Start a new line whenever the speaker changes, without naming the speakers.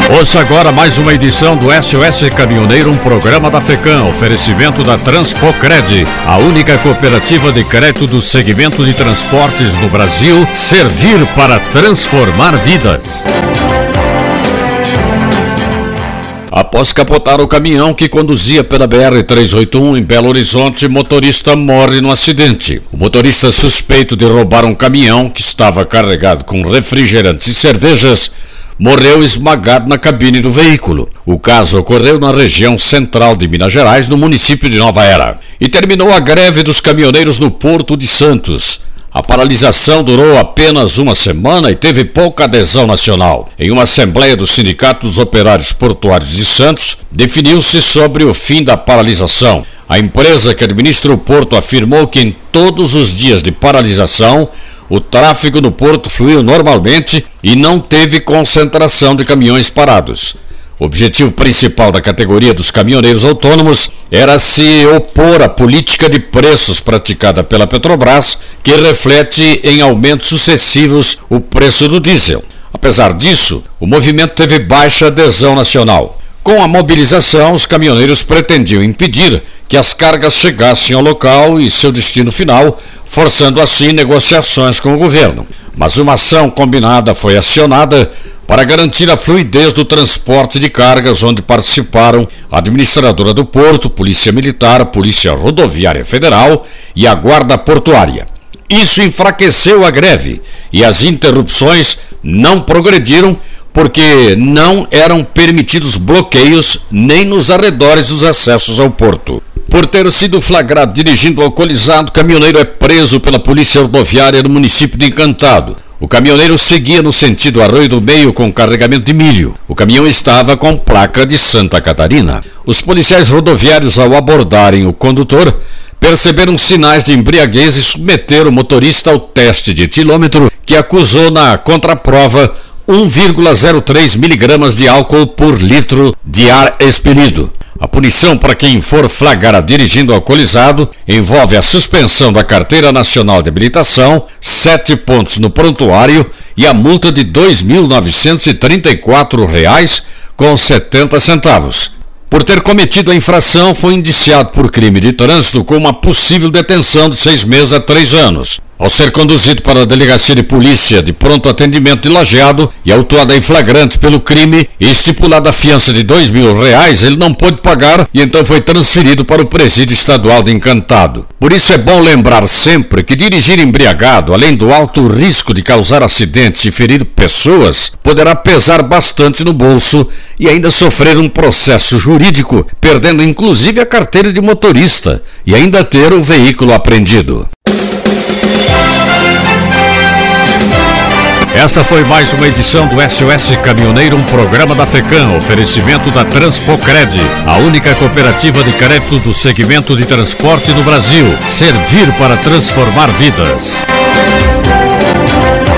Ouça agora mais uma edição do SOS Caminhoneiro, um programa da FECAM, oferecimento da Transpocred, a única cooperativa de crédito do segmento de transportes no Brasil, servir para transformar vidas. Após capotar o caminhão que conduzia pela BR-381 em Belo Horizonte, o motorista morre no acidente. O motorista suspeito de roubar um caminhão que estava carregado com refrigerantes e cervejas morreu esmagado na cabine do veículo. O caso ocorreu na região central de Minas Gerais, no município de Nova Era. E terminou a greve dos caminhoneiros no Porto de Santos. A paralisação durou apenas uma semana e teve pouca adesão nacional. Em uma assembleia do Sindicato dos Operários Portuários de Santos, definiu-se sobre o fim da paralisação. A empresa que administra o porto afirmou que em todos os dias de paralisação, o tráfego no porto fluiu normalmente e não teve concentração de caminhões parados. O objetivo principal da categoria dos caminhoneiros autônomos era se opor à política de preços praticada pela Petrobras, que reflete em aumentos sucessivos o preço do diesel. Apesar disso, o movimento teve baixa adesão nacional. Com a mobilização, os caminhoneiros pretendiam impedir que as cargas chegassem ao local e seu destino final, forçando assim negociações com o governo. Mas uma ação combinada foi acionada para garantir a fluidez do transporte de cargas, onde participaram a administradora do porto, Polícia Militar, Polícia Rodoviária Federal e a Guarda Portuária. Isso enfraqueceu a greve e as interrupções não progrediram porque não eram permitidos bloqueios nem nos arredores dos acessos ao porto. Por ter sido flagrado dirigindo alcoolizado, o caminhoneiro é preso pela Polícia Rodoviária no município de Encantado. O caminhoneiro seguia no sentido Arroio do Meio com carregamento de milho. O caminhão estava com placa de Santa Catarina. Os policiais rodoviários, ao abordarem o condutor, perceberam sinais de embriaguez e submeteram o motorista ao teste de etilômetro, que acusou na contraprova 1,03 miligramas de álcool por litro de ar expelido. A punição para quem for flagrado dirigindo alcoolizado envolve a suspensão da Carteira Nacional de Habilitação, 7 pontos no prontuário e a multa de R$ 2.934,70. Por ter cometido a infração, foi indiciado por crime de trânsito com uma possível detenção de 6 meses a 3 anos. Ao ser conduzido para a Delegacia de Polícia de Pronto Atendimento de Lajeado e autuado em flagrante pelo crime e estipulada a fiança de R$ 2.000, ele não pôde pagar e então foi transferido para o Presídio Estadual de Encantado. Por isso é bom lembrar sempre que dirigir embriagado, além do alto risco de causar acidentes e ferir pessoas, poderá pesar bastante no bolso e ainda sofrer um processo jurídico, perdendo inclusive a carteira de motorista e ainda ter o veículo apreendido. Esta foi mais uma edição do SOS Caminhoneiro, um programa da FECAM, oferecimento da Transpocred, a única cooperativa de crédito do segmento de transporte no Brasil, servir para transformar vidas.